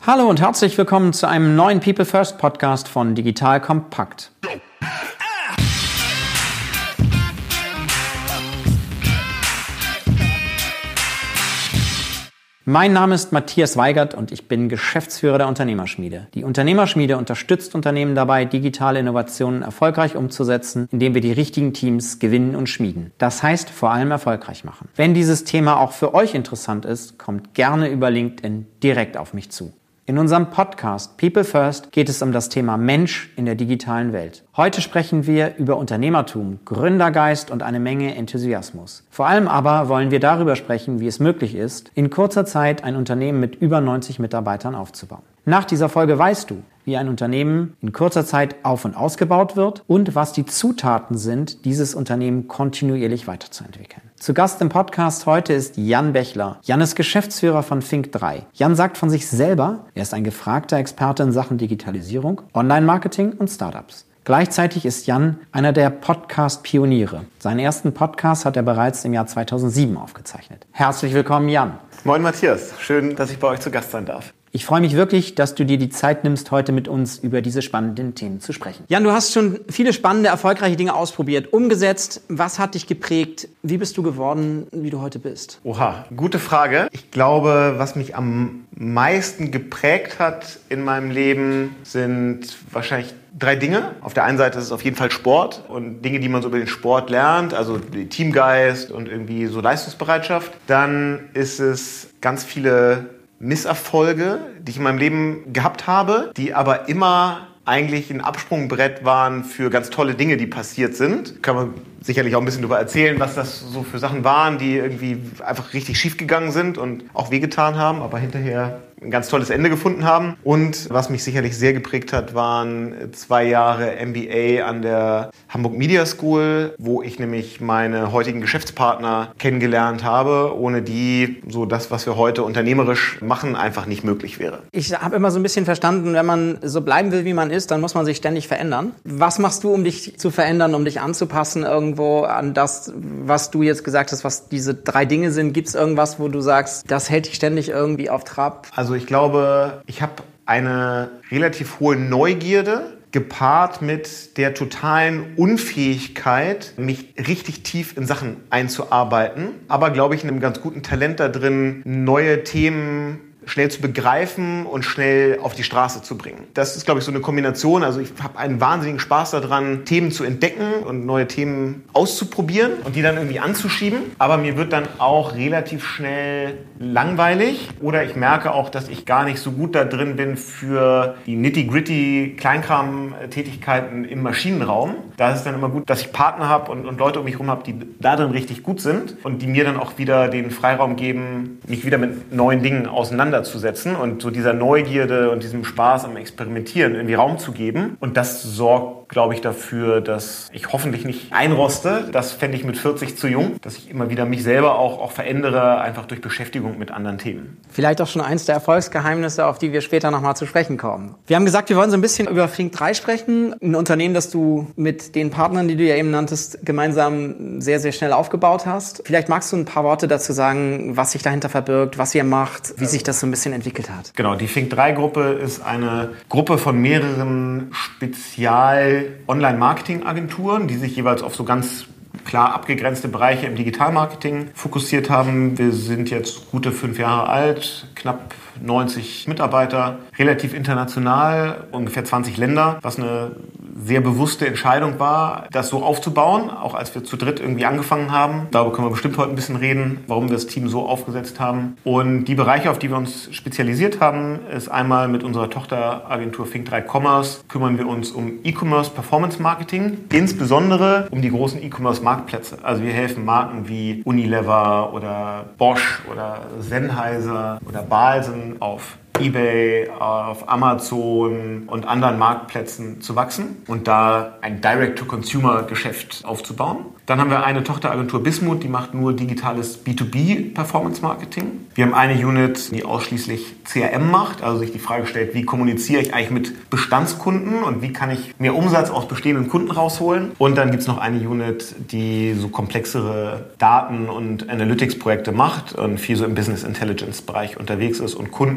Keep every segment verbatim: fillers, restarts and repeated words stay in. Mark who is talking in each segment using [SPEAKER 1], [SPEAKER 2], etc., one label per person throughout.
[SPEAKER 1] Hallo und herzlich willkommen zu einem neuen People First Podcast von Digital Kompakt. Mein Name ist Matthias Weigert und ich bin Geschäftsführer der Unternehmerschmiede. Die Unternehmerschmiede unterstützt Unternehmen dabei, digitale Innovationen erfolgreich umzusetzen, indem wir die richtigen Teams gewinnen und schmieden. Das heißt, vor allem erfolgreich machen. Wenn dieses Thema auch für euch interessant ist, kommt gerne über LinkedIn direkt auf mich zu. In unserem Podcast People First geht es um das Thema Mensch in der digitalen Welt. Heute sprechen wir über Unternehmertum, Gründergeist und eine Menge Enthusiasmus. Vor allem aber wollen wir darüber sprechen, wie es möglich ist, in kurzer Zeit ein Unternehmen mit über neunzig Mitarbeitern aufzubauen. Nach dieser Folge weißt du, wie ein Unternehmen in kurzer Zeit auf- und ausgebaut wird und was die Zutaten sind, dieses Unternehmen kontinuierlich weiterzuentwickeln. Zu Gast im Podcast heute ist Jan Bechler. Jan ist Geschäftsführer von Fink drei. Jan sagt von sich selber, er ist ein gefragter Experte in Sachen Digitalisierung, Online-Marketing und Startups. Gleichzeitig ist Jan einer der Podcast-Pioniere. Seinen ersten Podcast hat er bereits im Jahr zweitausendsieben aufgezeichnet. Herzlich willkommen, Jan.
[SPEAKER 2] Moin Matthias, schön, dass ich bei euch zu Gast sein darf.
[SPEAKER 1] Ich freue mich wirklich, dass du dir die Zeit nimmst, heute mit uns über diese spannenden Themen zu sprechen. Jan, du hast schon viele spannende, erfolgreiche Dinge ausprobiert, umgesetzt. Was hat dich geprägt? Wie bist du geworden, wie du heute bist?
[SPEAKER 2] Oha, gute Frage. Ich glaube, was mich am meisten geprägt hat in meinem Leben, sind wahrscheinlich drei Dinge. Auf der einen Seite ist es auf jeden Fall Sport und Dinge, die man so über den Sport lernt, also Teamgeist und irgendwie so Leistungsbereitschaft. Dann ist es ganz viele Misserfolge, die ich in meinem Leben gehabt habe, die aber immer eigentlich ein Absprungbrett waren für ganz tolle Dinge, die passiert sind. Kann man sicherlich auch ein bisschen darüber erzählen, was das so für Sachen waren, die irgendwie einfach richtig schief gegangen sind und auch wehgetan haben, aber hinterher ein ganz tolles Ende gefunden haben. Und was mich sicherlich sehr geprägt hat, waren zwei Jahre M B A an der Hamburg Media School, wo ich nämlich meine heutigen Geschäftspartner kennengelernt habe, ohne die so das, was wir heute unternehmerisch machen, einfach nicht möglich wäre.
[SPEAKER 1] Ich habe immer so ein bisschen verstanden, wenn man so bleiben will, wie man ist, dann muss man sich ständig verändern. Was machst du, um dich zu verändern, um dich anzupassen irgendwo an das, was du jetzt gesagt hast, was diese drei Dinge sind? Gibt es irgendwas, wo du sagst, das hält dich ständig irgendwie auf Trab?
[SPEAKER 2] Also ich glaube, ich habe eine relativ hohe Neugierde gepaart mit der totalen Unfähigkeit, mich richtig tief in Sachen einzuarbeiten, aber glaube ich in einem ganz guten Talent da drin, neue Themen schnell zu begreifen und schnell auf die Straße zu bringen. Das ist, glaube ich, so eine Kombination. Also ich habe einen wahnsinnigen Spaß daran, Themen zu entdecken und neue Themen auszuprobieren und die dann irgendwie anzuschieben. Aber mir wird dann auch relativ schnell langweilig oder ich merke auch, dass ich gar nicht so gut da drin bin für die nitty-gritty Kleinkram-Tätigkeiten im Maschinenraum. Da ist es dann immer gut, dass ich Partner habe und, und Leute um mich herum habe, die da drin richtig gut sind und die mir dann auch wieder den Freiraum geben, mich wieder mit neuen Dingen auseinanderzusetzen und so dieser Neugierde und diesem Spaß am Experimentieren irgendwie Raum zu geben. Und das sorgt, glaube ich, dafür, dass ich hoffentlich nicht einroste. Das fände ich mit vierzig zu jung, dass ich immer wieder mich selber auch, auch verändere, einfach durch Beschäftigung mit anderen Themen.
[SPEAKER 1] Vielleicht auch schon eins der Erfolgsgeheimnisse, auf die wir später nochmal zu sprechen kommen. Wir haben gesagt, wir wollen so ein bisschen über Fink drei sprechen. Ein Unternehmen, das du mit den Partnern, die du ja eben nanntest, gemeinsam sehr, sehr schnell aufgebaut hast. Vielleicht magst du ein paar Worte dazu sagen, was sich dahinter verbirgt, was ihr macht, wie sich das so ein bisschen entwickelt hat.
[SPEAKER 2] Genau, die Fink drei Gruppe ist eine Gruppe von mehreren Spezial-Online-Marketing-Agenturen, die sich jeweils auf so ganz klar abgegrenzte Bereiche im Digitalmarketing fokussiert haben. Wir sind jetzt gute fünf Jahre alt, knapp neunzig Mitarbeiter, relativ international, ungefähr zwanzig Länder, was eine sehr bewusste Entscheidung war, das so aufzubauen, auch als wir zu dritt irgendwie angefangen haben. Darüber können wir bestimmt heute ein bisschen reden, warum wir das Team so aufgesetzt haben. Und die Bereiche, auf die wir uns spezialisiert haben, ist einmal mit unserer Tochteragentur Fink drei Commerce kümmern wir uns um E-Commerce Performance Marketing, insbesondere um die großen E-Commerce-Marktplätze. Also wir helfen Marken wie Unilever oder Bosch oder Sennheiser oder Balsen auf eBay, auf Amazon und anderen Marktplätzen zu wachsen und da ein Direct-to-Consumer-Geschäft aufzubauen. Dann haben wir eine Tochteragentur Bismut, die macht nur digitales B zwei B Performance Marketing. Wir haben eine Unit, die ausschließlich C R M macht, also sich die Frage stellt, wie kommuniziere ich eigentlich mit Bestandskunden und wie kann ich mehr Umsatz aus bestehenden Kunden rausholen. Und dann gibt es noch eine Unit, die so komplexere Daten- und Analytics-Projekte macht und viel so im Business Intelligence-Bereich unterwegs ist und Kunden da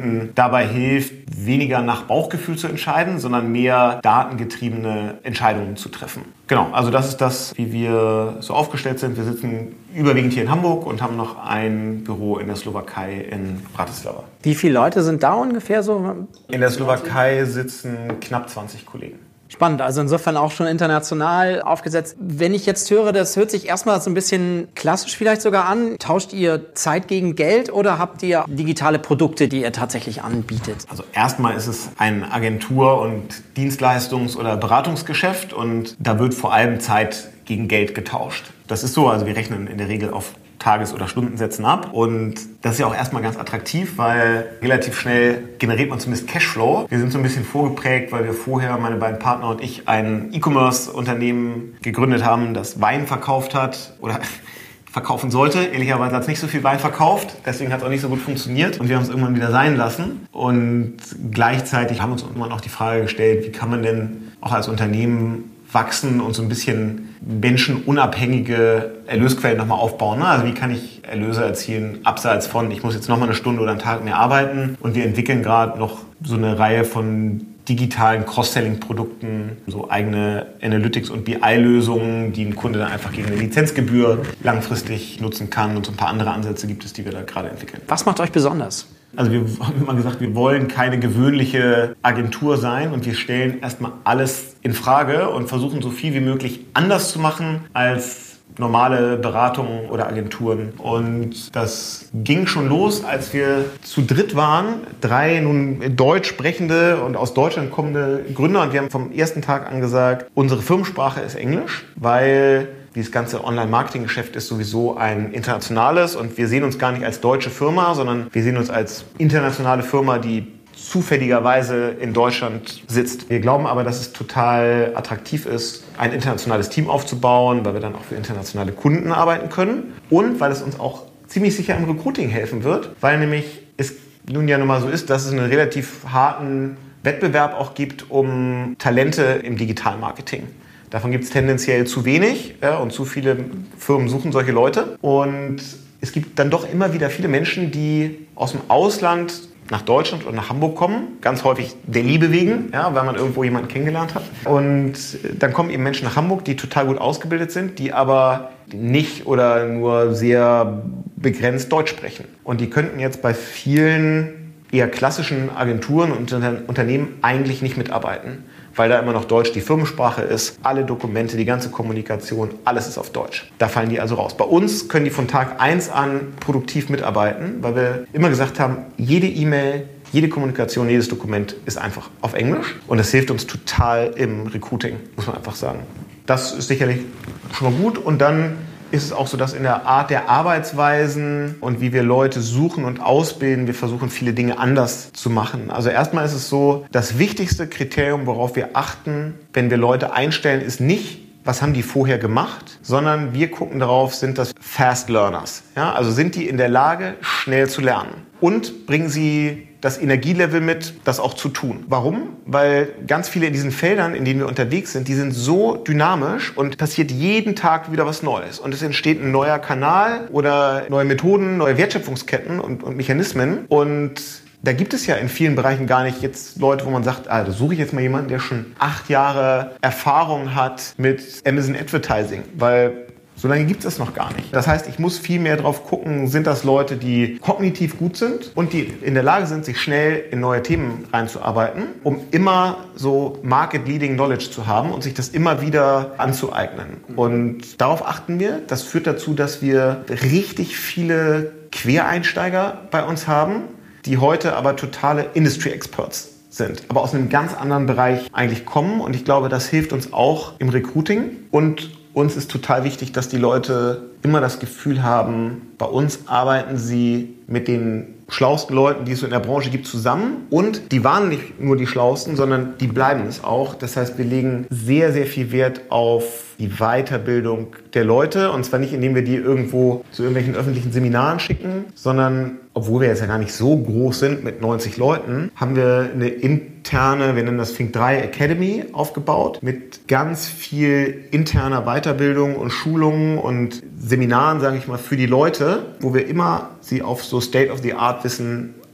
[SPEAKER 2] dabei hilft, weniger nach Bauchgefühl zu entscheiden, sondern mehr datengetriebene Entscheidungen zu treffen. Genau, also das ist das, wie wir so aufgestellt sind. Wir sitzen überwiegend hier in Hamburg und haben noch ein Büro in der Slowakei in Bratislava.
[SPEAKER 1] Wie viele Leute sind da ungefähr so?
[SPEAKER 2] In der Slowakei sitzen knapp zwanzig Kollegen.
[SPEAKER 1] Spannend, also insofern auch schon international aufgesetzt. Wenn ich jetzt höre, das hört sich erstmal so ein bisschen klassisch vielleicht sogar an. Tauscht ihr Zeit gegen Geld oder habt ihr digitale Produkte, die ihr tatsächlich anbietet?
[SPEAKER 2] Also erstmal ist es ein Agentur- und Dienstleistungs- oder Beratungsgeschäft und da wird vor allem Zeit gegen Geld getauscht. Das ist so, also wir rechnen in der Regel auf Tages- oder Stundensätzen ab. Und das ist ja auch erstmal ganz attraktiv, weil relativ schnell generiert man zumindest Cashflow. Wir sind so ein bisschen vorgeprägt, weil wir vorher, meine beiden Partner und ich, ein E-Commerce-Unternehmen gegründet haben, das Wein verkauft hat oder verkaufen sollte. Ehrlicherweise hat es nicht so viel Wein verkauft, deswegen hat es auch nicht so gut funktioniert und wir haben es irgendwann wieder sein lassen. Und gleichzeitig haben wir uns irgendwann auch die Frage gestellt, wie kann man denn auch als Unternehmen wachsen und so ein bisschen menschenunabhängige Erlösquellen nochmal aufbauen. Also wie kann ich Erlöse erzielen, abseits von, ich muss jetzt nochmal eine Stunde oder einen Tag mehr arbeiten. Und wir entwickeln gerade noch so eine Reihe von digitalen Cross-Selling-Produkten, so eigene Analytics- und B I-Lösungen, die ein Kunde dann einfach gegen eine Lizenzgebühr langfristig nutzen kann. Und so ein paar andere Ansätze gibt es, die wir da gerade entwickeln.
[SPEAKER 1] Was macht euch besonders?
[SPEAKER 2] Also wir haben immer gesagt, wir wollen keine gewöhnliche Agentur sein und wir stellen erstmal alles in Frage und versuchen so viel wie möglich anders zu machen als normale Beratungen oder Agenturen. Und das ging schon los, als wir zu dritt waren, drei nun deutsch sprechende und aus Deutschland kommende Gründer. Und wir haben vom ersten Tag an gesagt, unsere Firmensprache ist Englisch, weil dieses ganze Online-Marketing-Geschäft ist sowieso ein internationales und wir sehen uns gar nicht als deutsche Firma, sondern wir sehen uns als internationale Firma, die zufälligerweise in Deutschland sitzt. Wir glauben aber, dass es total attraktiv ist, ein internationales Team aufzubauen, weil wir dann auch für internationale Kunden arbeiten können und weil es uns auch ziemlich sicher im Recruiting helfen wird, weil nämlich es nun ja nun mal so ist, dass es einen relativ harten Wettbewerb auch gibt um Talente im Digitalmarketing. Davon gibt es tendenziell zu wenig ja, und zu viele Firmen suchen solche Leute. Und es gibt dann doch immer wieder viele Menschen, die aus dem Ausland nach Deutschland oder nach Hamburg kommen. Ganz häufig der Liebe wegen, ja, weil man irgendwo jemanden kennengelernt hat. Und dann kommen eben Menschen nach Hamburg, die total gut ausgebildet sind, die aber nicht oder nur sehr begrenzt Deutsch sprechen. Und die könnten jetzt bei vielen eher klassischen Agenturen und Unternehmen eigentlich nicht mitarbeiten, weil da immer noch Deutsch die Firmensprache ist. Alle Dokumente, die ganze Kommunikation, alles ist auf Deutsch. Da fallen die also raus. Bei uns können die von Tag eins an produktiv mitarbeiten, weil wir immer gesagt haben, jede E-Mail, jede Kommunikation, jedes Dokument ist einfach auf Englisch. Und das hilft uns total im Recruiting, muss man einfach sagen. Das ist sicherlich schon mal gut. Und dann ist es auch so, dass in der Art der Arbeitsweisen und wie wir Leute suchen und ausbilden, wir versuchen, viele Dinge anders zu machen. Also erstmal ist es so, das wichtigste Kriterium, worauf wir achten, wenn wir Leute einstellen, ist nicht, was haben die vorher gemacht, sondern wir gucken darauf, sind das Fast Learners. Ja? Also sind die in der Lage, schnell zu lernen und bringen sie das Energielevel mit, das auch zu tun. Warum? Weil ganz viele in diesen Feldern, in denen wir unterwegs sind, die sind so dynamisch und passiert jeden Tag wieder was Neues. Und es entsteht ein neuer Kanal oder neue Methoden, neue Wertschöpfungsketten und, und Mechanismen. Und da gibt es ja in vielen Bereichen gar nicht jetzt Leute, wo man sagt, ah, da suche ich jetzt mal jemanden, der schon acht Jahre Erfahrung hat mit Amazon Advertising, weil so lange gibt es das noch gar nicht. Das heißt, ich muss viel mehr drauf gucken, sind das Leute, die kognitiv gut sind und die in der Lage sind, sich schnell in neue Themen reinzuarbeiten, um immer so Market-Leading Knowledge zu haben und sich das immer wieder anzueignen. Und darauf achten wir. Das führt dazu, dass wir richtig viele Quereinsteiger bei uns haben, die heute aber totale Industry-Experts sind, aber aus einem ganz anderen Bereich eigentlich kommen. Und ich glaube, das hilft uns auch im Recruiting. Und uns ist total wichtig, dass die Leute immer das Gefühl haben, bei uns arbeiten sie mit den schlauesten Leuten, die es so in der Branche gibt, zusammen. Und die waren nicht nur die schlauesten, sondern die bleiben es auch. Das heißt, wir legen sehr, sehr viel Wert auf die Weiterbildung der Leute. Und zwar nicht, indem wir die irgendwo zu irgendwelchen öffentlichen Seminaren schicken, sondern, obwohl wir jetzt ja gar nicht so groß sind mit neunzig Leuten, haben wir eine interne, wir nennen das Think drei Academy aufgebaut mit ganz viel interner Weiterbildung und Schulungen und Seminaren, sage ich mal, für die Leute, wo wir immer sie auf so State-of-the-Art-Wissen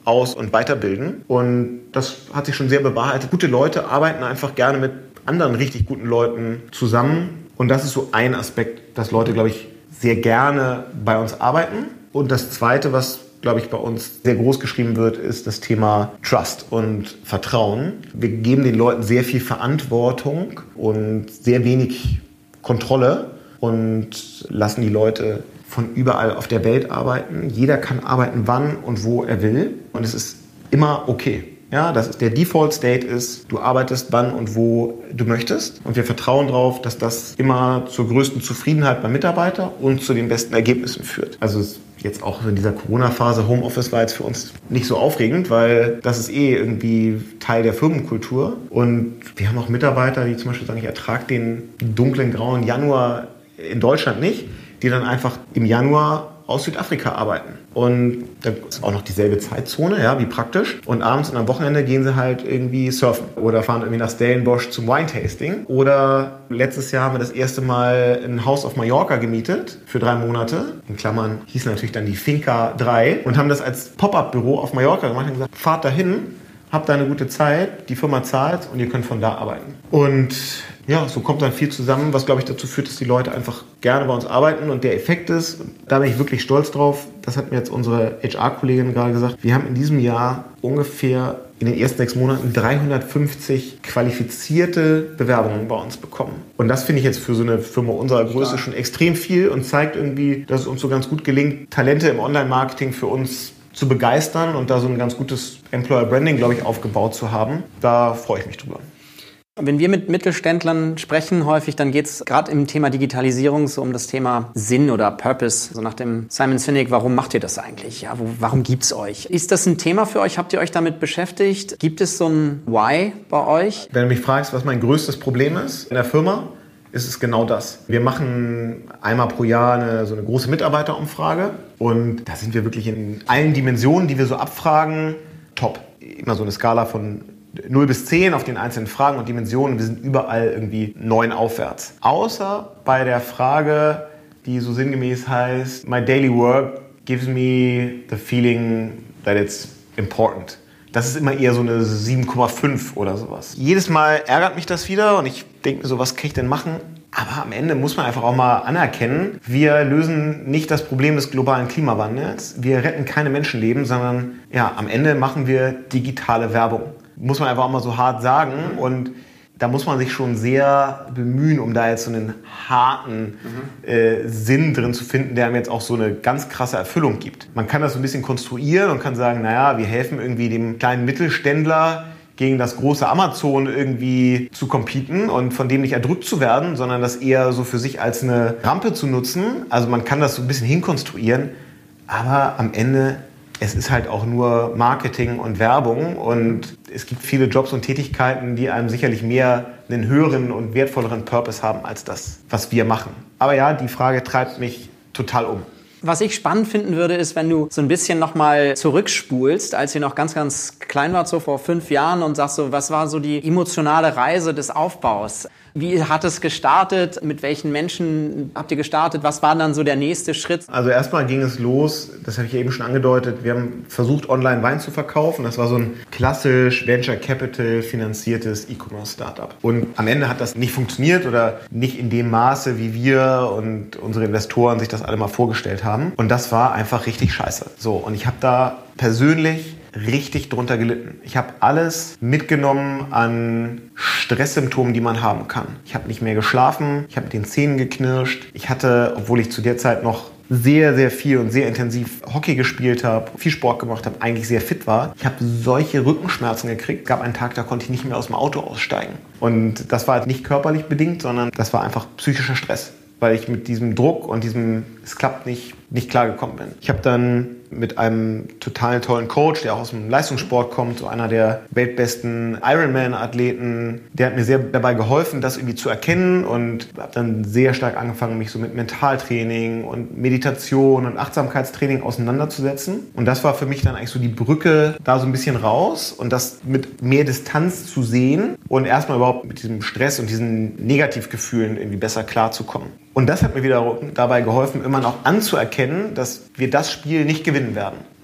[SPEAKER 2] aus- und weiterbilden. Und das hat sich schon sehr bewahrheitet. Gute Leute arbeiten einfach gerne mit anderen richtig guten Leuten zusammen. Und das ist so ein Aspekt, dass Leute, glaube ich, sehr gerne bei uns arbeiten. Und das Zweite, was, glaube ich, bei uns sehr groß geschrieben wird, ist das Thema Trust und Vertrauen. Wir geben den Leuten sehr viel Verantwortung und sehr wenig Kontrolle und lassen die Leute von überall auf der Welt arbeiten. Jeder kann arbeiten, wann und wo er will. Und es ist immer okay. Ja, das ist der Default State ist, du arbeitest wann und wo du möchtest. Und wir vertrauen darauf, dass das immer zur größten Zufriedenheit beim Mitarbeiter und zu den besten Ergebnissen führt. Also jetzt auch in dieser Corona-Phase, Homeoffice war jetzt für uns nicht so aufregend, weil das ist eh irgendwie Teil der Firmenkultur. Und wir haben auch Mitarbeiter, die zum Beispiel sagen, ich ertrage den dunklen, grauen Januar in Deutschland nicht, die dann einfach im Januar aus Südafrika arbeiten. Und da ist auch noch dieselbe Zeitzone, ja, wie praktisch. Und abends und am Wochenende gehen sie halt irgendwie surfen oder fahren irgendwie nach Stellenbosch zum Wine-Tasting. Oder letztes Jahr haben wir das erste Mal ein Haus auf Mallorca gemietet für drei Monate. In Klammern hieß natürlich dann die Finca drei und haben das als Pop-up-Büro auf Mallorca gemacht und gesagt, fahrt dahin, habt da eine gute Zeit, die Firma zahlt und ihr könnt von da arbeiten. Und ja, so kommt dann viel zusammen, was, glaube ich, dazu führt, dass die Leute einfach gerne bei uns arbeiten. Und der Effekt ist, da bin ich wirklich stolz drauf, das hat mir jetzt unsere H R-Kollegin gerade gesagt, wir haben in diesem Jahr ungefähr in den ersten sechs Monaten dreihundertfünfzig qualifizierte Bewerbungen bei uns bekommen. Und das finde ich jetzt für so eine Firma unserer Größe schon extrem viel und zeigt irgendwie, dass es uns so ganz gut gelingt, Talente im Online-Marketing für uns zu begeistern und da so ein ganz gutes Employer-Branding, glaube ich, aufgebaut zu haben. Da freue ich mich drüber.
[SPEAKER 1] Wenn wir mit Mittelständlern sprechen häufig, dann geht es gerade im Thema Digitalisierung so um das Thema Sinn oder Purpose. So nach dem Simon Sinek, warum macht ihr das eigentlich? Ja, wo, warum gibt's euch? Ist das ein Thema für euch? Habt ihr euch damit beschäftigt? Gibt es so ein Why bei euch?
[SPEAKER 2] Wenn du mich fragst, was mein größtes Problem ist in der Firma, ist es genau das. Wir machen einmal pro Jahr eine, so eine große Mitarbeiterumfrage und da sind wir wirklich in allen Dimensionen, die wir so abfragen, top. Immer so eine Skala von null bis zehn auf den einzelnen Fragen und Dimensionen. Wir sind überall irgendwie neun aufwärts. Außer bei der Frage, die so sinngemäß heißt, my daily work gives me the feeling that it's important. Das ist immer eher so eine sieben Komma fünf oder sowas. Jedes Mal ärgert mich das wieder und ich denke mir so, was kann ich denn machen? Aber am Ende muss man einfach auch mal anerkennen, wir lösen nicht das Problem des globalen Klimawandels. Wir retten keine Menschenleben, sondern ja, am Ende machen wir digitale Werbung. Muss man einfach auch mal so hart sagen. Und da muss man sich schon sehr bemühen, um da jetzt so einen harten mhm. äh, Sinn drin zu finden, der einem jetzt auch so eine ganz krasse Erfüllung gibt. Man kann das so ein bisschen konstruieren und kann sagen, naja, wir helfen irgendwie dem kleinen Mittelständler gegen das große Amazon irgendwie zu competen und von dem nicht erdrückt zu werden, sondern das eher so für sich als eine Rampe zu nutzen. Also man kann das so ein bisschen hinkonstruieren, aber am Ende, es ist halt auch nur Marketing und Werbung und es gibt viele Jobs und Tätigkeiten, die einem sicherlich mehr einen höheren und wertvolleren Purpose haben als das, was wir machen. Aber ja, die Frage treibt mich total um.
[SPEAKER 1] Was ich spannend finden würde, ist, wenn du so ein bisschen nochmal zurückspulst, als ihr noch ganz, ganz klein wart, so vor fünf Jahren und sagst so, was war so die emotionale Reise des Aufbaus? Wie hat es gestartet? Mit welchen Menschen habt ihr gestartet? Was war dann so der nächste Schritt?
[SPEAKER 2] Also erstmal ging es los, das habe ich ja eben schon angedeutet, wir haben versucht, online Wein zu verkaufen. Das war so ein klassisch Venture Capital finanziertes E-Commerce-Startup. Und am Ende hat das nicht funktioniert oder nicht in dem Maße, wie wir und unsere Investoren sich das alle mal vorgestellt haben. Und das war einfach richtig scheiße. So, und ich habe da persönlich richtig drunter gelitten. Ich habe alles mitgenommen an Stresssymptomen, die man haben kann. Ich habe nicht mehr geschlafen, ich habe mit den Zähnen geknirscht. Ich hatte, obwohl ich zu der Zeit noch sehr, sehr viel und sehr intensiv Hockey gespielt habe, viel Sport gemacht habe, eigentlich sehr fit war. Ich habe solche Rückenschmerzen gekriegt. Es gab einen Tag, da konnte ich nicht mehr aus dem Auto aussteigen. Und das war halt nicht körperlich bedingt, sondern das war einfach psychischer Stress, weil ich mit diesem Druck und diesem, es klappt nicht, nicht klargekommen bin. Ich habe dann mit einem total tollen Coach, der auch aus dem Leistungssport kommt, so einer der weltbesten Ironman-Athleten, der hat mir sehr dabei geholfen, das irgendwie zu erkennen und habe dann sehr stark angefangen, mich so mit Mentaltraining und Meditation und Achtsamkeitstraining auseinanderzusetzen. Und das war für mich dann eigentlich so die Brücke da so ein bisschen raus und das mit mehr Distanz zu sehen und erstmal überhaupt mit diesem Stress und diesen Negativgefühlen irgendwie besser klarzukommen. Und das hat mir wieder dabei geholfen, immer noch anzuerkennen, dass wir das Spiel nicht gewinnen werden.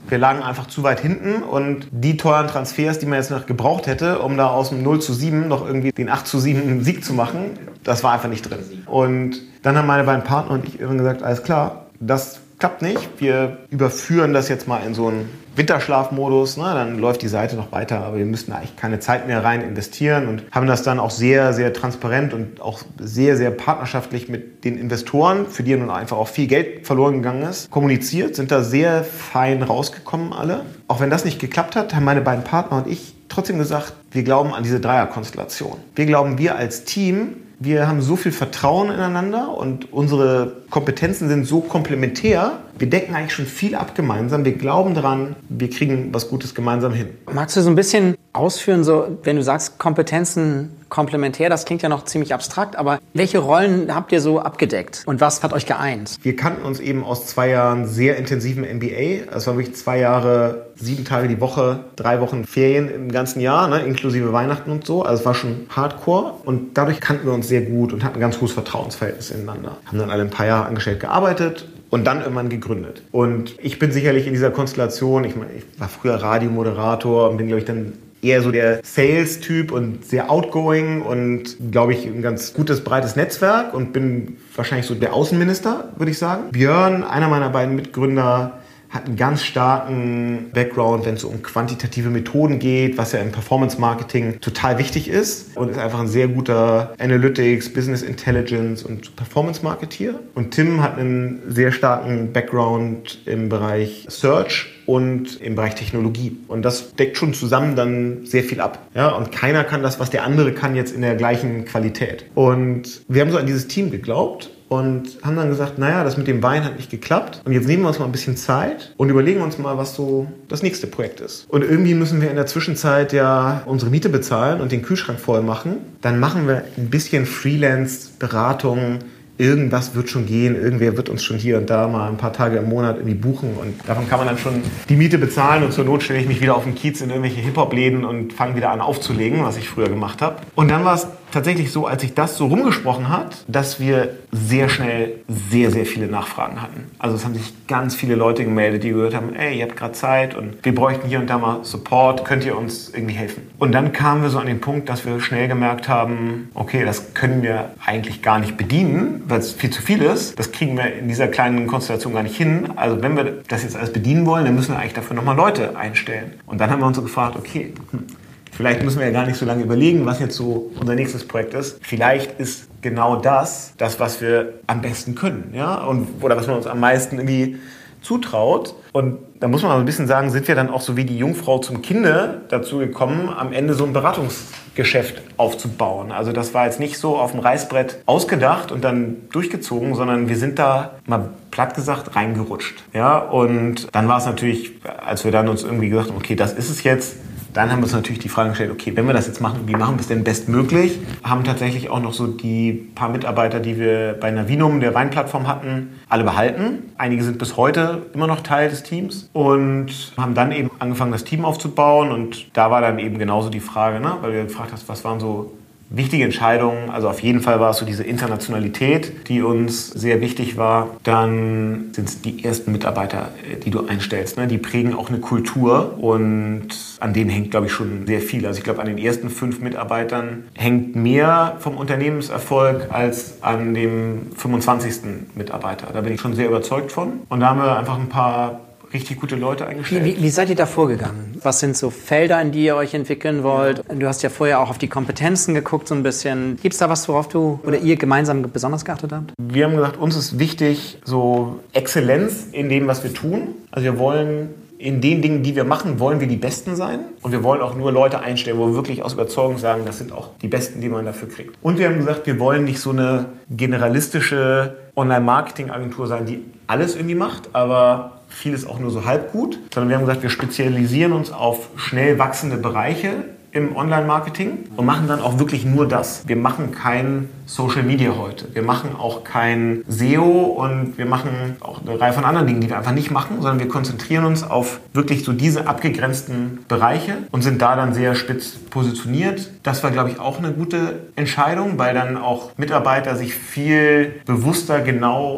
[SPEAKER 2] Wir lagen einfach zu weit hinten und die teuren Transfers, die man jetzt noch gebraucht hätte, um da aus dem null zu sieben noch irgendwie den acht zu sieben Sieg zu machen, das war einfach nicht drin. Und dann haben meine beiden Partner und ich irgendwann gesagt, alles klar, das klappt nicht. Wir überführen das jetzt mal in so einen Winterschlafmodus. Ne? Dann läuft die Seite noch weiter, aber wir müssten eigentlich keine Zeit mehr rein investieren und haben das dann auch sehr, sehr transparent und auch sehr, sehr partnerschaftlich mit den Investoren, für die nun einfach auch viel Geld verloren gegangen ist, kommuniziert, sind da sehr fein rausgekommen alle. Auch wenn das nicht geklappt hat, haben meine beiden Partner und ich trotzdem gesagt, wir glauben an diese Dreierkonstellation. Wir glauben, wir als Team, wir haben so viel Vertrauen ineinander und unsere Kompetenzen sind so komplementär. Wir decken eigentlich schon viel ab gemeinsam. Wir glauben daran, wir kriegen was Gutes gemeinsam hin.
[SPEAKER 1] Magst du so ein bisschen ausführen, so, wenn du sagst Kompetenzen komplementär, das klingt ja noch ziemlich abstrakt, aber welche Rollen habt ihr so abgedeckt und was hat euch geeint?
[SPEAKER 2] Wir kannten uns eben aus zwei Jahren sehr intensiven M B A. Es waren wirklich zwei Jahre, sieben Tage die Woche, drei Wochen Ferien im ganzen Jahr, ne, inklusive Weihnachten und so. Also es war schon hardcore und dadurch kannten wir uns sehr gut und hatten ein ganz hohes Vertrauensverhältnis ineinander. Haben dann alle ein paar Jahre angestellt gearbeitet und dann irgendwann gegründet. Und ich bin sicherlich in dieser Konstellation, ich meine, ich war früher Radiomoderator und bin, glaube ich, dann eher so der Sales-Typ und sehr outgoing und, glaube ich, ein ganz gutes, breites Netzwerk und bin wahrscheinlich so der Außenminister, würde ich sagen. Björn, einer meiner beiden Mitgründer, hat einen ganz starken Background, wenn es um quantitative Methoden geht, was ja im Performance-Marketing total wichtig ist und ist einfach ein sehr guter Analytics, Business Intelligence und Performance-Marketeer. Und Tim hat einen sehr starken Background im Bereich Search und im Bereich Technologie. Und das deckt schon zusammen dann sehr viel ab. Ja, und keiner kann das, was der andere kann, jetzt in der gleichen Qualität. Und wir haben so an dieses Team geglaubt und haben dann gesagt, naja, das mit dem Wein hat nicht geklappt. Und jetzt nehmen wir uns mal ein bisschen Zeit und überlegen uns mal, was so das nächste Projekt ist. Und irgendwie müssen wir in der Zwischenzeit ja unsere Miete bezahlen und den Kühlschrank voll machen. Dann machen wir ein bisschen Freelance-Beratung. Irgendwas wird schon gehen, irgendwer wird uns schon hier und da mal ein paar Tage im Monat irgendwie buchen und davon kann man dann schon die Miete bezahlen und zur Not stelle ich mich wieder auf den Kiez in irgendwelche Hip-Hop-Läden und fange wieder an aufzulegen, was ich früher gemacht habe. Und dann war es tatsächlich so, als sich das so rumgesprochen hat, dass wir sehr schnell sehr, sehr viele Nachfragen hatten. Also es haben sich ganz viele Leute gemeldet, die gehört haben, ey, ihr habt gerade Zeit und wir bräuchten hier und da mal Support, könnt ihr uns irgendwie helfen? Und dann kamen wir so an den Punkt, dass wir schnell gemerkt haben, okay, das können wir eigentlich gar nicht bedienen, weil es viel zu viel ist. Das kriegen wir in dieser kleinen Konstellation gar nicht hin. Also wenn wir das jetzt alles bedienen wollen, dann müssen wir eigentlich dafür nochmal Leute einstellen. Und dann haben wir uns so gefragt, okay, hm, vielleicht müssen wir ja gar nicht so lange überlegen, was jetzt so unser nächstes Projekt ist. Vielleicht ist genau das, das, was wir am besten können, ja, und, oder was man uns am meisten irgendwie zutraut. Und da muss man mal ein bisschen sagen, sind wir dann auch so wie die Jungfrau zum Kinde dazu gekommen, am Ende so ein Beratungsgeschäft aufzubauen. Also das war jetzt nicht so auf dem Reißbrett ausgedacht und dann durchgezogen, sondern wir sind da mal platt gesagt reingerutscht. Ja, und dann war es natürlich, als wir dann uns irgendwie gesagt haben, okay, das ist es jetzt, dann haben wir uns natürlich die Frage gestellt, okay, wenn wir das jetzt machen, wie machen wir es denn bestmöglich? Haben tatsächlich auch noch so die paar Mitarbeiter, die wir bei Navinum, der Weinplattform hatten, alle behalten. Einige sind bis heute immer noch Teil des Teams und haben dann eben angefangen, das Team aufzubauen. Und da war dann eben genauso die Frage, ne? Weil du gefragt hast, was waren so wichtige Entscheidungen. Also auf jeden Fall war es so diese Internationalität, die uns sehr wichtig war. Dann sind es die ersten Mitarbeiter, die du einstellst. Ne? Die prägen auch eine Kultur und an denen hängt, glaube ich, schon sehr viel. Also ich glaube, an den ersten fünf Mitarbeitern hängt mehr vom Unternehmenserfolg als an dem fünfundzwanzigsten Mitarbeiter. Da bin ich schon sehr überzeugt von. Und da haben wir einfach ein paar richtig gute Leute eingestellt.
[SPEAKER 1] Wie, wie seid ihr da vorgegangen? Was sind so Felder, in die ihr euch entwickeln wollt? Du hast ja vorher auch auf die Kompetenzen geguckt so ein bisschen. Gibt es da was, worauf du oder ihr gemeinsam besonders geachtet habt?
[SPEAKER 2] Wir haben gesagt, uns ist wichtig so Exzellenz in dem, was wir tun. Also wir wollen in den Dingen, die wir machen, wollen wir die Besten sein. Und wir wollen auch nur Leute einstellen, wo wir wirklich aus Überzeugung sagen, das sind auch die Besten, die man dafür kriegt. Und wir haben gesagt, wir wollen nicht so eine generalistische Online-Marketing-Agentur sein, die alles irgendwie macht, aber vieles auch nur so halb gut. Sondern wir haben gesagt, wir spezialisieren uns auf schnell wachsende Bereiche im Online-Marketing und machen dann auch wirklich nur das. Wir machen kein Social Media heute. Wir machen auch kein S E O und wir machen auch eine Reihe von anderen Dingen, die wir einfach nicht machen, sondern wir konzentrieren uns auf wirklich so diese abgegrenzten Bereiche und sind da dann sehr spitz positioniert. Das war, glaube ich, auch eine gute Entscheidung, weil dann auch Mitarbeiter sich viel bewusster genau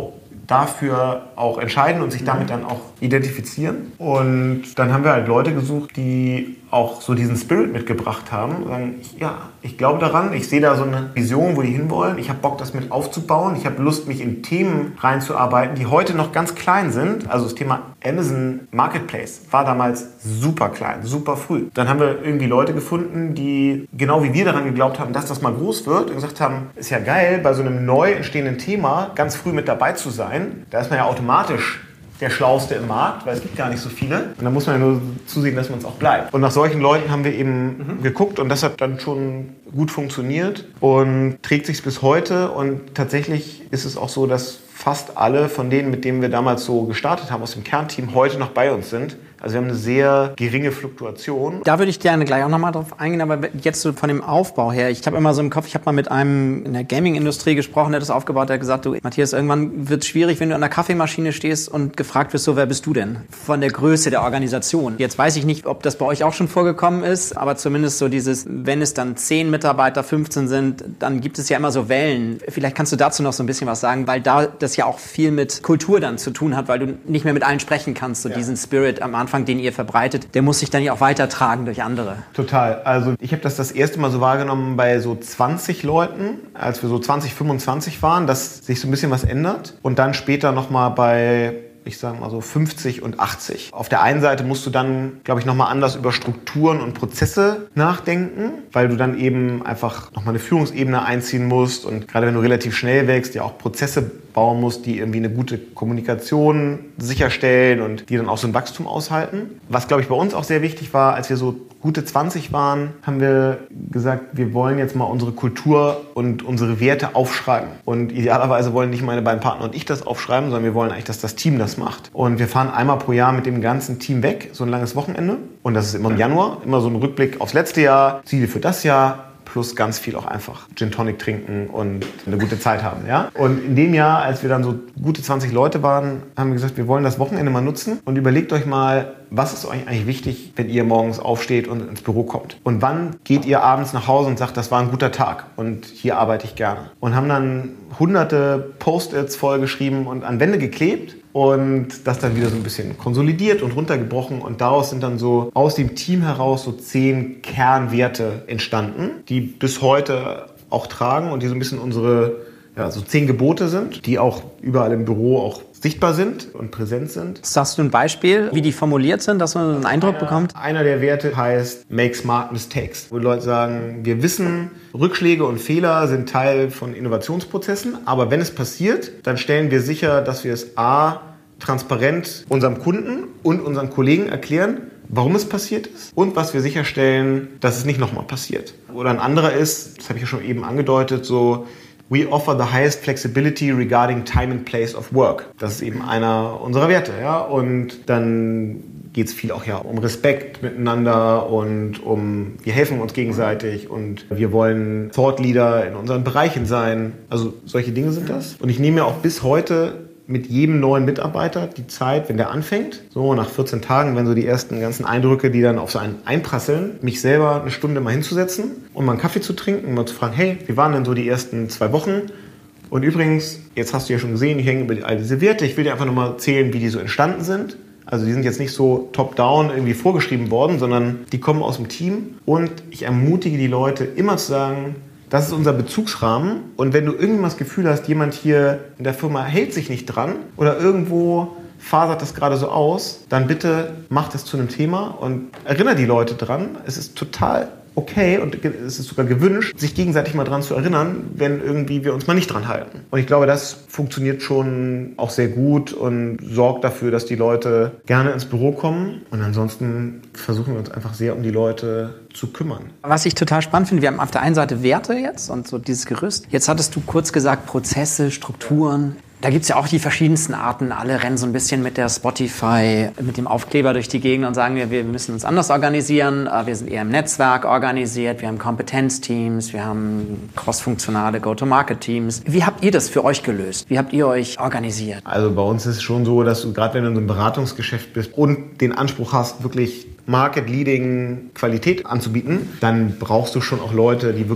[SPEAKER 2] dafür auch entscheiden und sich damit dann auch identifizieren. Und dann haben wir halt Leute gesucht, die auch so diesen Spirit mitgebracht haben. Und sagen, ja, ich glaube daran, ich sehe da so eine Vision, wo die hinwollen. Ich habe Bock, das mit aufzubauen. Ich habe Lust, mich in Themen reinzuarbeiten, die heute noch ganz klein sind. Also das Thema Amazon Marketplace war damals super klein, super früh. Dann haben wir irgendwie Leute gefunden, die genau wie wir daran geglaubt haben, dass das mal groß wird und gesagt haben, ist ja geil, bei so einem neu entstehenden Thema ganz früh mit dabei zu sein. Da ist man ja automatisch der Schlauste im Markt, weil es gibt gar nicht so viele. Und da muss man ja nur zusehen, dass man es auch bleibt. Und nach solchen Leuten haben wir eben mhm. geguckt und das hat dann schon gut funktioniert und trägt sich bis heute. Und tatsächlich ist es auch so, dass fast alle von denen, mit denen wir damals so gestartet haben, aus dem Kernteam, heute noch bei uns sind. Also wir haben eine sehr geringe Fluktuation.
[SPEAKER 1] Da würde ich gerne gleich auch nochmal drauf eingehen, aber jetzt so von dem Aufbau her. Ich habe immer so im Kopf, ich habe mal mit einem in der Gaming-Industrie gesprochen, der das aufgebaut hat, der hat gesagt, du Matthias, irgendwann wird es schwierig, wenn du an der Kaffeemaschine stehst und gefragt wirst, so, wer bist du denn? Von der Größe der Organisation. Jetzt weiß ich nicht, ob das bei euch auch schon vorgekommen ist, aber zumindest so dieses, wenn es dann zehn Mitarbeiter, fünfzehn sind, dann gibt es ja immer so Wellen. Vielleicht kannst du dazu noch so ein bisschen was sagen, weil da das ja auch viel mit Kultur dann zu tun hat, weil du nicht mehr mit allen sprechen kannst, so ja. diesen Spirit am Anfang, den ihr verbreitet, der muss sich dann ja auch weitertragen durch andere.
[SPEAKER 2] Total. Also ich habe das das erste Mal so wahrgenommen bei so zwanzig Leuten, als wir so zwanzig, fünfundzwanzig waren, dass sich so ein bisschen was ändert. Und dann später nochmal bei, ich sage mal so fünfzig und achtzig. Auf der einen Seite musst du dann, glaube ich, nochmal anders über Strukturen und Prozesse nachdenken, weil du dann eben einfach nochmal eine Führungsebene einziehen musst und gerade wenn du relativ schnell wächst, ja auch Prozesse bauen musst, die irgendwie eine gute Kommunikation sicherstellen und die dann auch so ein Wachstum aushalten. Was, glaube ich, bei uns auch sehr wichtig war, als wir so gute zwanzig waren, haben wir gesagt, wir wollen jetzt mal unsere Kultur und unsere Werte aufschreiben. Und idealerweise wollen nicht meine beiden Partner und ich das aufschreiben, sondern wir wollen eigentlich, dass das Team das macht. Und wir fahren einmal pro Jahr mit dem ganzen Team weg, so ein langes Wochenende. Und das ist immer im Januar, immer so ein Rückblick aufs letzte Jahr, Ziele für das Jahr, plus ganz viel auch einfach Gin Tonic trinken und eine gute Zeit haben. Ja? Und in dem Jahr, als wir dann so gute zwanzig Leute waren, haben wir gesagt, wir wollen das Wochenende mal nutzen und überlegt euch mal, was ist euch eigentlich wichtig, wenn ihr morgens aufsteht und ins Büro kommt? Und wann geht ihr abends nach Hause und sagt, das war ein guter Tag und hier arbeite ich gerne? Und haben dann hunderte Post-its vollgeschrieben und an Wände geklebt und das dann wieder so ein bisschen konsolidiert und runtergebrochen und daraus sind dann so aus dem Team heraus so zehn Kernwerte entstanden, die bis heute auch tragen und die so ein bisschen unsere ja, so zehn Gebote sind, die auch überall im Büro auch sichtbar sind und präsent sind.
[SPEAKER 1] Sagst du ein Beispiel, wie die formuliert sind, dass man einen Eindruck
[SPEAKER 2] einer,
[SPEAKER 1] bekommt?
[SPEAKER 2] Einer der Werte heißt Make Smart Mistakes, wo Leute sagen, wir wissen, Rückschläge und Fehler sind Teil von Innovationsprozessen, aber wenn es passiert, dann stellen wir sicher, dass wir es a. transparent unserem Kunden und unseren Kollegen erklären, warum es passiert ist und was wir sicherstellen, dass es nicht nochmal passiert. Oder ein anderer ist, das habe ich ja schon eben angedeutet, so We offer the highest flexibility regarding time and place of work. Das ist eben einer unserer Werte. Ja? Und dann geht es viel auch ja um Respekt miteinander und um, wir helfen uns gegenseitig und wir wollen Thought Leader in unseren Bereichen sein. Also solche Dinge sind das. Und ich nehme mir auch bis heute mit jedem neuen Mitarbeiter die Zeit, wenn der anfängt, so nach vierzehn Tagen, wenn so die ersten ganzen Eindrücke, die dann auf so einen einprasseln, mich selber eine Stunde mal hinzusetzen und mal einen Kaffee zu trinken und mal zu fragen, hey, wie waren denn so die ersten zwei Wochen? Und übrigens, jetzt hast du ja schon gesehen, ich hänge über all diese Werte, ich will dir einfach nochmal erzählen, wie die so entstanden sind. Also die sind jetzt nicht so top-down irgendwie vorgeschrieben worden, sondern die kommen aus dem Team und ich ermutige die Leute immer zu sagen, das ist unser Bezugsrahmen und wenn du irgendwie mal das Gefühl hast, jemand hier in der Firma hält sich nicht dran oder irgendwo fasert das gerade so aus, dann bitte mach das zu einem Thema und erinnere die Leute dran. Es ist total okay und es ist sogar gewünscht, sich gegenseitig mal dran zu erinnern, wenn irgendwie wir uns mal nicht dran halten. Und ich glaube, das funktioniert schon auch sehr gut und sorgt dafür, dass die Leute gerne ins Büro kommen. Und ansonsten versuchen wir uns einfach sehr um die Leute zu kümmern.
[SPEAKER 1] Was ich total spannend finde, wir haben auf der einen Seite Werte jetzt und so dieses Gerüst. Jetzt hattest du kurz gesagt Prozesse, Strukturen. Da gibt's ja auch die verschiedensten Arten. Alle rennen so ein bisschen mit der Spotify, mit dem Aufkleber durch die Gegend und sagen, wir, wir müssen uns anders organisieren. Wir sind eher im Netzwerk organisiert, wir haben Kompetenzteams, wir haben crossfunktionale Go-to-Market-Teams. Wie habt ihr das für euch gelöst? Wie habt ihr euch organisiert?
[SPEAKER 2] Also bei uns ist es schon so, dass du, gerade wenn du in so einem Beratungsgeschäft bist und den Anspruch hast, wirklich Market-Leading Qualität anzubieten, dann brauchst du schon auch Leute, die wirklich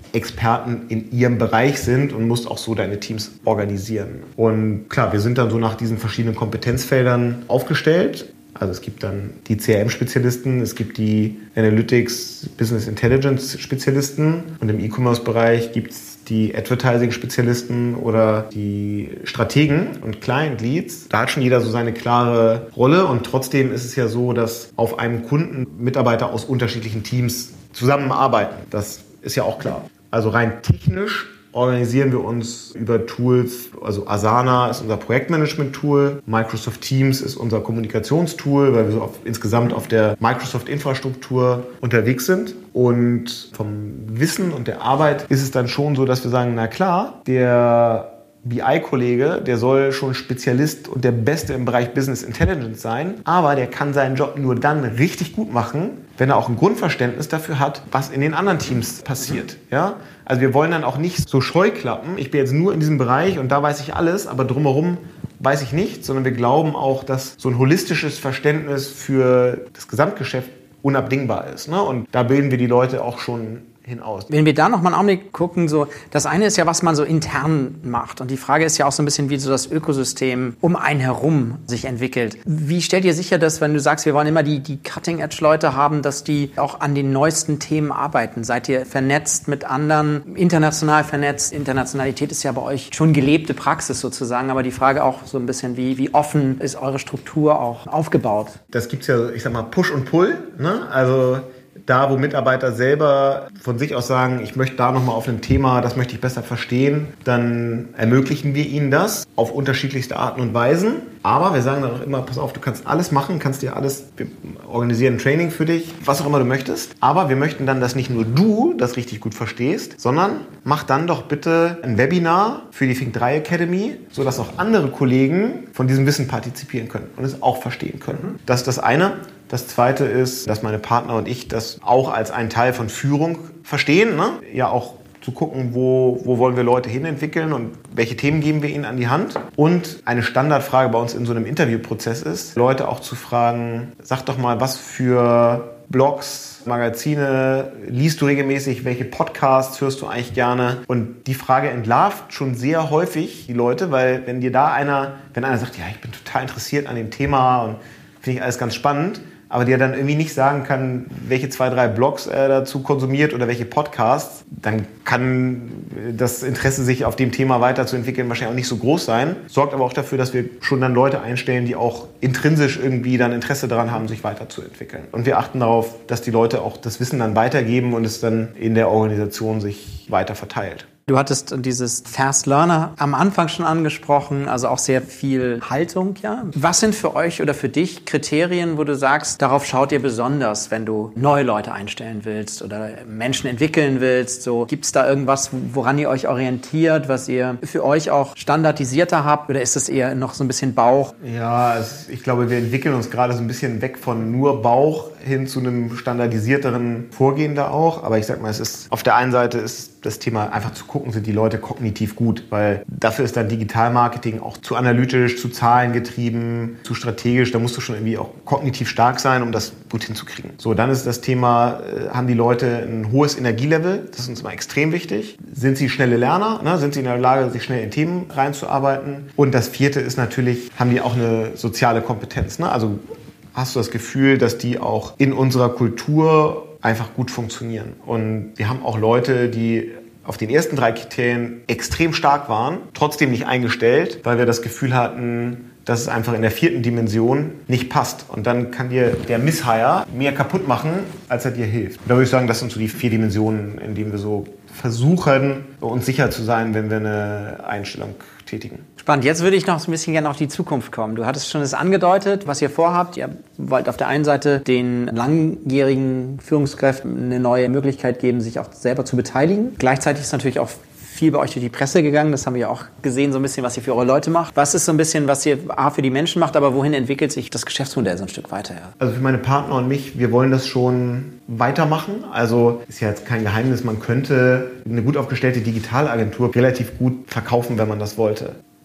[SPEAKER 2] Experten in ihrem Bereich sind und musst auch so deine Teams organisieren. Und klar, wir sind dann so nach diesen verschiedenen Kompetenzfeldern aufgestellt. Also es gibt dann die C R M-Spezialisten, es gibt die Analytics, Business Intelligence-Spezialisten und im E-Commerce-Bereich gibt es die Advertising-Spezialisten oder die Strategen und Client Leads. Da hat schon jeder so seine klare Rolle und trotzdem ist es ja so, dass auf einem Kunden Mitarbeiter aus unterschiedlichen Teams zusammenarbeiten. Das ist ja auch klar. Also rein technisch organisieren wir uns über Tools, also Asana ist unser Projektmanagement-Tool, Microsoft Teams ist unser Kommunikationstool, weil wir so auf, insgesamt auf der Microsoft-Infrastruktur unterwegs sind. Und vom Wissen und der Arbeit ist es dann schon so, dass wir sagen, na klar, der B I-Kollege, der soll schon Spezialist und der Beste im Bereich Business Intelligence sein, aber der kann seinen Job nur dann richtig gut machen, wenn er auch ein Grundverständnis dafür hat, was in den anderen Teams passiert. Ja? Also wir wollen dann auch nicht so Scheuklappen, ich bin jetzt nur in diesem Bereich und da weiß ich alles, aber drumherum weiß ich nichts, sondern wir glauben auch, dass so ein holistisches Verständnis für das Gesamtgeschäft unabdingbar ist. Ne? Und da bilden wir die Leute auch schon hinaus.
[SPEAKER 1] Wenn wir da noch mal einen Augenblick gucken, so, das eine ist ja, was man so intern macht. Und die Frage ist ja auch so ein bisschen, wie so das Ökosystem um einen herum sich entwickelt. Wie stellt ihr sicher, dass, wenn du sagst, wir wollen immer die, die Cutting-Edge-Leute haben, dass die auch an den neuesten Themen arbeiten? Seid ihr vernetzt mit anderen, international vernetzt? Internationalität ist ja bei euch schon gelebte Praxis sozusagen. Aber die Frage auch so ein bisschen, wie, wie offen ist eure Struktur auch aufgebaut?
[SPEAKER 2] Das gibt's ja, ich sag mal, Push und Pull, ne? Also da, wo Mitarbeiter selber von sich aus sagen, ich möchte da nochmal auf ein Thema, das möchte ich besser verstehen, dann ermöglichen wir ihnen das auf unterschiedlichste Arten und Weisen. Aber wir sagen dann auch immer, pass auf, du kannst alles machen, kannst dir alles, wir organisieren ein Training für dich, was auch immer du möchtest. Aber wir möchten dann, dass nicht nur du das richtig gut verstehst, sondern mach dann doch bitte ein Webinar für die Think drei Academy, sodass auch andere Kollegen von diesem Wissen partizipieren können und es auch verstehen können. Das ist das eine. Das Zweite ist, dass meine Partner und ich das auch als einen Teil von Führung verstehen. Ne? Ja, auch zu gucken, wo, wo wollen wir Leute hinentwickeln und welche Themen geben wir ihnen an die Hand. Und eine Standardfrage bei uns in so einem Interviewprozess ist, Leute auch zu fragen, sag doch mal, was für Blogs, Magazine liest du regelmäßig, welche Podcasts hörst du eigentlich gerne? Und die Frage entlarvt schon sehr häufig die Leute, weil wenn dir da einer, wenn einer sagt, ja, ich bin total interessiert an dem Thema und finde ich alles ganz spannend, aber der dann irgendwie nicht sagen kann, welche zwei, drei Blogs er dazu konsumiert oder welche Podcasts, dann kann das Interesse, sich auf dem Thema weiterzuentwickeln, wahrscheinlich auch nicht so groß sein. Sorgt aber auch dafür, dass wir schon dann Leute einstellen, die auch intrinsisch irgendwie dann Interesse daran haben, sich weiterzuentwickeln. Und wir achten darauf, dass die Leute auch das Wissen dann weitergeben und es dann in der Organisation sich weiter verteilt.
[SPEAKER 1] Du hattest dieses Fast Learner am Anfang schon angesprochen, also auch sehr viel Haltung, ja. Was sind für euch oder für dich Kriterien, wo du sagst, darauf schaut ihr besonders, wenn du neue Leute einstellen willst oder Menschen entwickeln willst? So, gibt's da irgendwas, woran ihr euch orientiert, was ihr für euch auch standardisierter habt, oder ist es eher noch so ein bisschen Bauch?
[SPEAKER 2] Ja, es, ich glaube, wir entwickeln uns gerade so ein bisschen weg von nur Bauch hin zu einem standardisierteren Vorgehen da auch. Aber ich sag mal, es ist auf der einen Seite ist das Thema einfach zu gucken, sind die Leute kognitiv gut, weil dafür ist dann Digitalmarketing auch zu analytisch, zu zahlengetrieben, zu strategisch. Da musst du schon irgendwie auch kognitiv stark sein, um das gut hinzukriegen. So, dann ist das Thema, äh, haben die Leute ein hohes Energielevel? Das ist uns mal extrem wichtig. Sind sie schnelle Lerner? Ne? Sind sie in der Lage, sich schnell in Themen reinzuarbeiten? Und das vierte ist natürlich, haben die auch eine soziale Kompetenz? Ne? Also hast du das Gefühl, dass die auch in unserer Kultur einfach gut funktionieren. Und wir haben auch Leute, die auf den ersten drei Kriterien extrem stark waren, trotzdem nicht eingestellt, weil wir das Gefühl hatten, dass es einfach in der vierten Dimension nicht passt. Und dann kann dir der Misshire mehr kaputt machen, als er dir hilft. Da würde ich sagen, das sind so die vier Dimensionen, in denen wir so versuchen, uns sicher zu sein, wenn wir eine Einstellung tätigen.
[SPEAKER 1] Spannend. Jetzt würde ich noch so ein bisschen gerne auf die Zukunft kommen. Du hattest schon das angedeutet, was ihr vorhabt. Ihr wollt auf der einen Seite den langjährigen Führungskräften eine neue Möglichkeit geben, sich auch selber zu beteiligen. Gleichzeitig ist natürlich auch viel bei euch durch die Presse gegangen. Das haben wir ja auch gesehen, so ein bisschen, was ihr für eure Leute macht. Was ist so ein bisschen, was ihr A, für die Menschen macht, aber wohin entwickelt sich das Geschäftsmodell so ein Stück weiter? Ja?
[SPEAKER 2] Also für meine Partner und mich, wir wollen das schon weitermachen. Also ist ja jetzt kein Geheimnis, man könnte eine gut aufgestellte Digitalagentur relativ gut verkaufen, wenn man das wollte.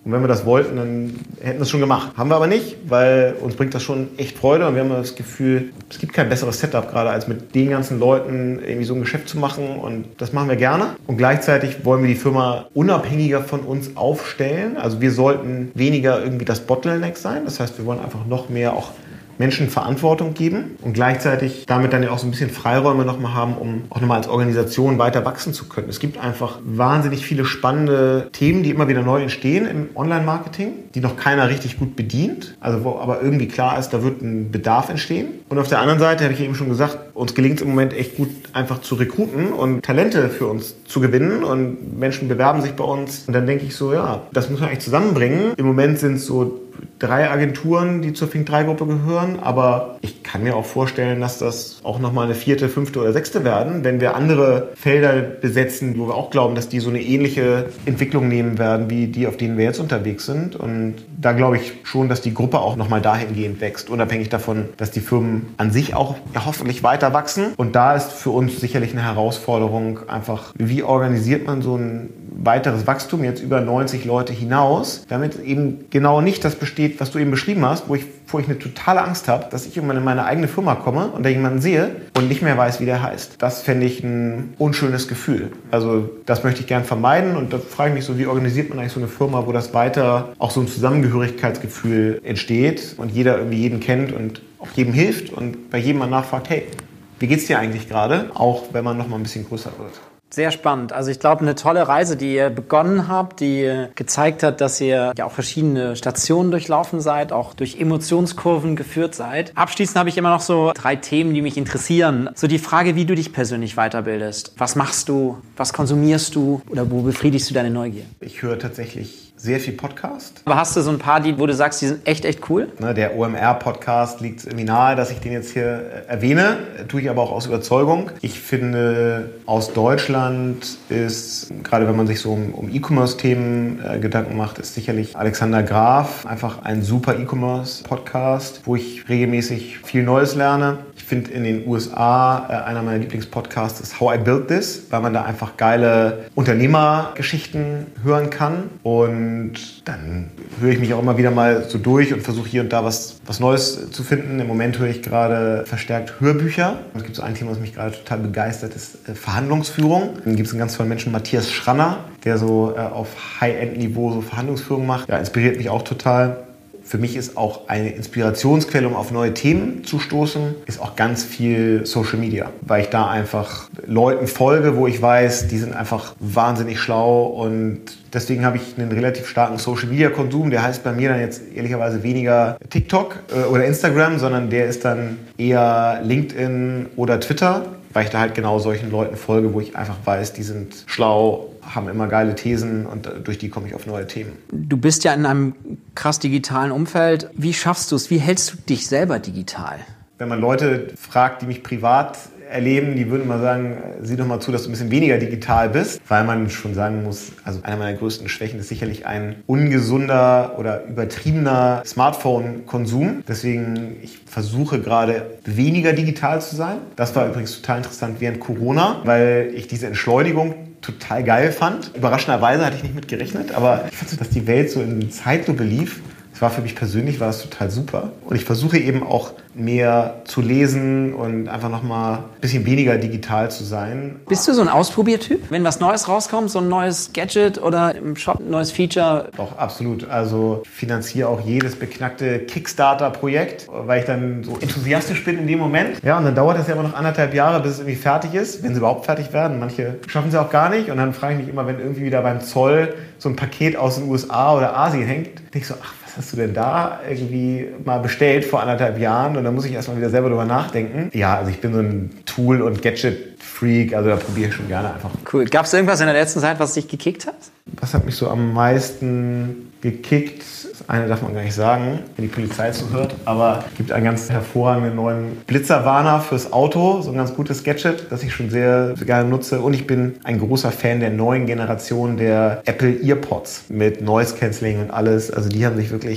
[SPEAKER 2] Und wenn wir das wollten, dann hätten wir es schon gemacht. Haben wir aber nicht, weil uns bringt das schon echt Freude und wir haben das Gefühl, es gibt kein besseres Setup gerade, als mit den ganzen Leuten irgendwie so ein Geschäft zu machen und das machen wir gerne. Und gleichzeitig wollen wir die Firma unabhängiger von uns aufstellen. Also wir sollten weniger irgendwie das Bottleneck sein. Das heißt, wir wollen einfach noch mehr auch Menschen Verantwortung geben und gleichzeitig damit dann ja auch so ein bisschen Freiräume nochmal haben, um auch nochmal als Organisation weiter wachsen zu können. Es gibt einfach wahnsinnig viele spannende Themen, die immer wieder neu entstehen im Online-Marketing, die noch keiner richtig gut bedient, also wo aber irgendwie klar ist, da wird ein Bedarf entstehen. Und auf der anderen Seite, habe ich eben schon gesagt, uns gelingt es im Moment echt gut, einfach zu rekruten und Talente für uns zu gewinnen und Menschen bewerben sich bei uns. Und dann denke ich so, ja, das muss man eigentlich zusammenbringen. Im Moment sind es so drei Agenturen, die zur Fink drei Gruppe gehören, aber ich kann mir auch vorstellen, dass das auch nochmal eine vierte, fünfte oder sechste werden, wenn wir andere Felder besetzen, wo wir auch glauben, dass die so eine ähnliche Entwicklung nehmen werden, wie die, auf denen wir jetzt unterwegs sind. Und da glaube ich schon, dass die Gruppe auch nochmal dahingehend wächst, unabhängig davon, dass die Firmen an sich auch ja, hoffentlich weiter wachsen. Und da ist für uns sicherlich eine Herausforderung einfach, wie organisiert man so ein weiteres Wachstum jetzt über neunzig Leute hinaus, damit eben genau nicht das besteht, was du eben beschrieben hast, wo ich, wo ich eine totale Angst habe, dass ich irgendwann in meine eigene Firma komme und da jemanden sehe und nicht mehr weiß, wie der heißt. Das fände ich ein unschönes Gefühl. Also das möchte ich gern vermeiden und da frage ich mich so, wie organisiert man eigentlich so eine Firma, wo das weiter auch so ein Zusammengehörigkeitsgefühl entsteht und jeder irgendwie jeden kennt und auch jedem hilft und bei jedem mal nachfragt, hey, wie geht's dir eigentlich gerade? Auch wenn man noch mal ein bisschen größer wird.
[SPEAKER 1] Sehr spannend. Also ich glaube, eine tolle Reise, die ihr begonnen habt, die gezeigt hat, dass ihr ja auch verschiedene Stationen durchlaufen seid, auch durch Emotionskurven geführt seid. Abschließend habe ich immer noch so drei Themen, die mich interessieren. So die Frage, wie du dich persönlich weiterbildest. Was machst du? Was konsumierst du? Oder wo befriedigst du deine Neugier?
[SPEAKER 2] Ich höre tatsächlich sehr viel Podcast.
[SPEAKER 1] Aber hast du so ein paar, die, wo du sagst, die sind echt, echt cool?
[SPEAKER 2] Ne, der O M R-Podcast liegt irgendwie nahe, dass ich den jetzt hier erwähne. Tue ich aber auch aus Überzeugung. Ich finde, aus Deutschland ist, gerade wenn man sich so um, um E-Commerce-Themen äh, Gedanken macht, ist sicherlich Alexander Graf einfach ein super E-Commerce-Podcast, wo ich regelmäßig viel Neues lerne. Ich finde in den U S A äh, einer meiner Lieblingspodcasts ist How I Built This, weil man da einfach geile Unternehmergeschichten hören kann. Und dann höre ich mich auch immer wieder mal so durch und versuche hier und da was, was Neues zu finden. Im Moment höre ich gerade verstärkt Hörbücher. Es gibt so ein Thema, was mich gerade total begeistert, ist äh, Verhandlungsführung. Dann gibt es einen ganz tollen Menschen, Matthias Schranner, der so äh, auf High-End-Niveau so Verhandlungsführung macht. Ja, inspiriert mich auch total. Für mich ist auch eine Inspirationsquelle, um auf neue Themen zu stoßen, ist auch ganz viel Social Media, weil ich da einfach Leuten folge, wo ich weiß, die sind einfach wahnsinnig schlau und deswegen habe ich einen relativ starken Social Media Konsum. Der heißt bei mir dann jetzt ehrlicherweise weniger TikTok oder Instagram, sondern der ist dann eher LinkedIn oder Twitter, weil ich da halt genau solchen Leuten folge, wo ich einfach weiß, die sind schlau, haben immer geile Thesen und durch die komme ich auf neue Themen.
[SPEAKER 1] Du bist ja in einem krass digitalen Umfeld. Wie schaffst du es? Wie hältst du dich selber digital?
[SPEAKER 2] Wenn man Leute fragt, die mich privat erleben, die würden mal sagen, sieh doch mal zu, dass du ein bisschen weniger digital bist, weil man schon sagen muss, also einer meiner größten Schwächen ist sicherlich ein ungesunder oder übertriebener Smartphone-Konsum. Deswegen, ich versuche gerade weniger digital zu sein. Das war übrigens total interessant während Corona, weil ich diese Entschleunigung total geil fand. Überraschenderweise hatte ich nicht mit gerechnet, aber ich fand so, dass die Welt so in Zeitlupe lief. Das war für mich persönlich war das total super. Und ich versuche eben auch mehr zu lesen und einfach nochmal ein bisschen weniger digital zu sein.
[SPEAKER 1] Bist du so ein Ausprobiertyp? Wenn was Neues rauskommt, so ein neues Gadget oder im Shop ein neues Feature?
[SPEAKER 2] Doch, absolut. Also ich finanziere auch jedes beknackte Kickstarter-Projekt, weil ich dann so enthusiastisch bin in dem Moment. Ja, und dann dauert das ja immer noch anderthalb Jahre, bis es irgendwie fertig ist, wenn sie überhaupt fertig werden. Manche schaffen sie auch gar nicht. Und dann frage ich mich immer, wenn irgendwie wieder beim Zoll so ein Paket aus den U S A oder Asien hängt, denke ich so, ach, was hast du denn da irgendwie mal bestellt vor anderthalb Jahren? Und dann muss ich erstmal wieder selber drüber nachdenken. Ja, also ich bin so ein Tool- und Gadget-Freak, also da probiere ich schon gerne einfach.
[SPEAKER 1] Cool. Gab es irgendwas in der letzten Zeit, was dich gekickt hat?
[SPEAKER 2] Was hat mich so am meisten gekickt? Das eine darf man gar nicht sagen, wenn die Polizei zuhört, aber es gibt einen ganz hervorragenden neuen Blitzerwarner fürs Auto, so ein ganz gutes Gadget, das ich schon sehr, sehr gerne nutze. Und ich bin ein großer Fan der neuen Generation der Apple EarPods mit Noise Cancelling und alles. Also die haben sich wirklich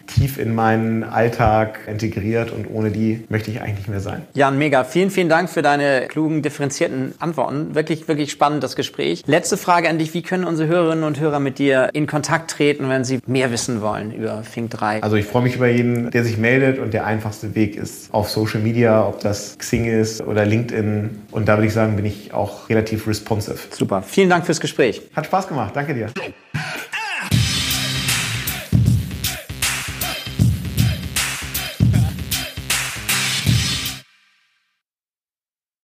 [SPEAKER 2] tief in meinen Alltag integriert und ohne die möchte ich eigentlich nicht mehr sein.
[SPEAKER 1] Jan, mega. Vielen, vielen Dank für deine klugen, differenzierten Antworten. Wirklich, wirklich spannend, das Gespräch. Letzte Frage an dich. Wie können unsere Hörerinnen und Hörer mit dir in Kontakt treten, wenn sie mehr wissen wollen über Fink drei?
[SPEAKER 2] Also ich freue mich über jeden, der sich meldet, und der einfachste Weg ist auf Social Media, ob das Xing ist oder LinkedIn. Und da würde ich sagen, bin ich auch relativ responsive.
[SPEAKER 1] Super. Vielen Dank fürs Gespräch.
[SPEAKER 2] Hat Spaß gemacht. Danke dir.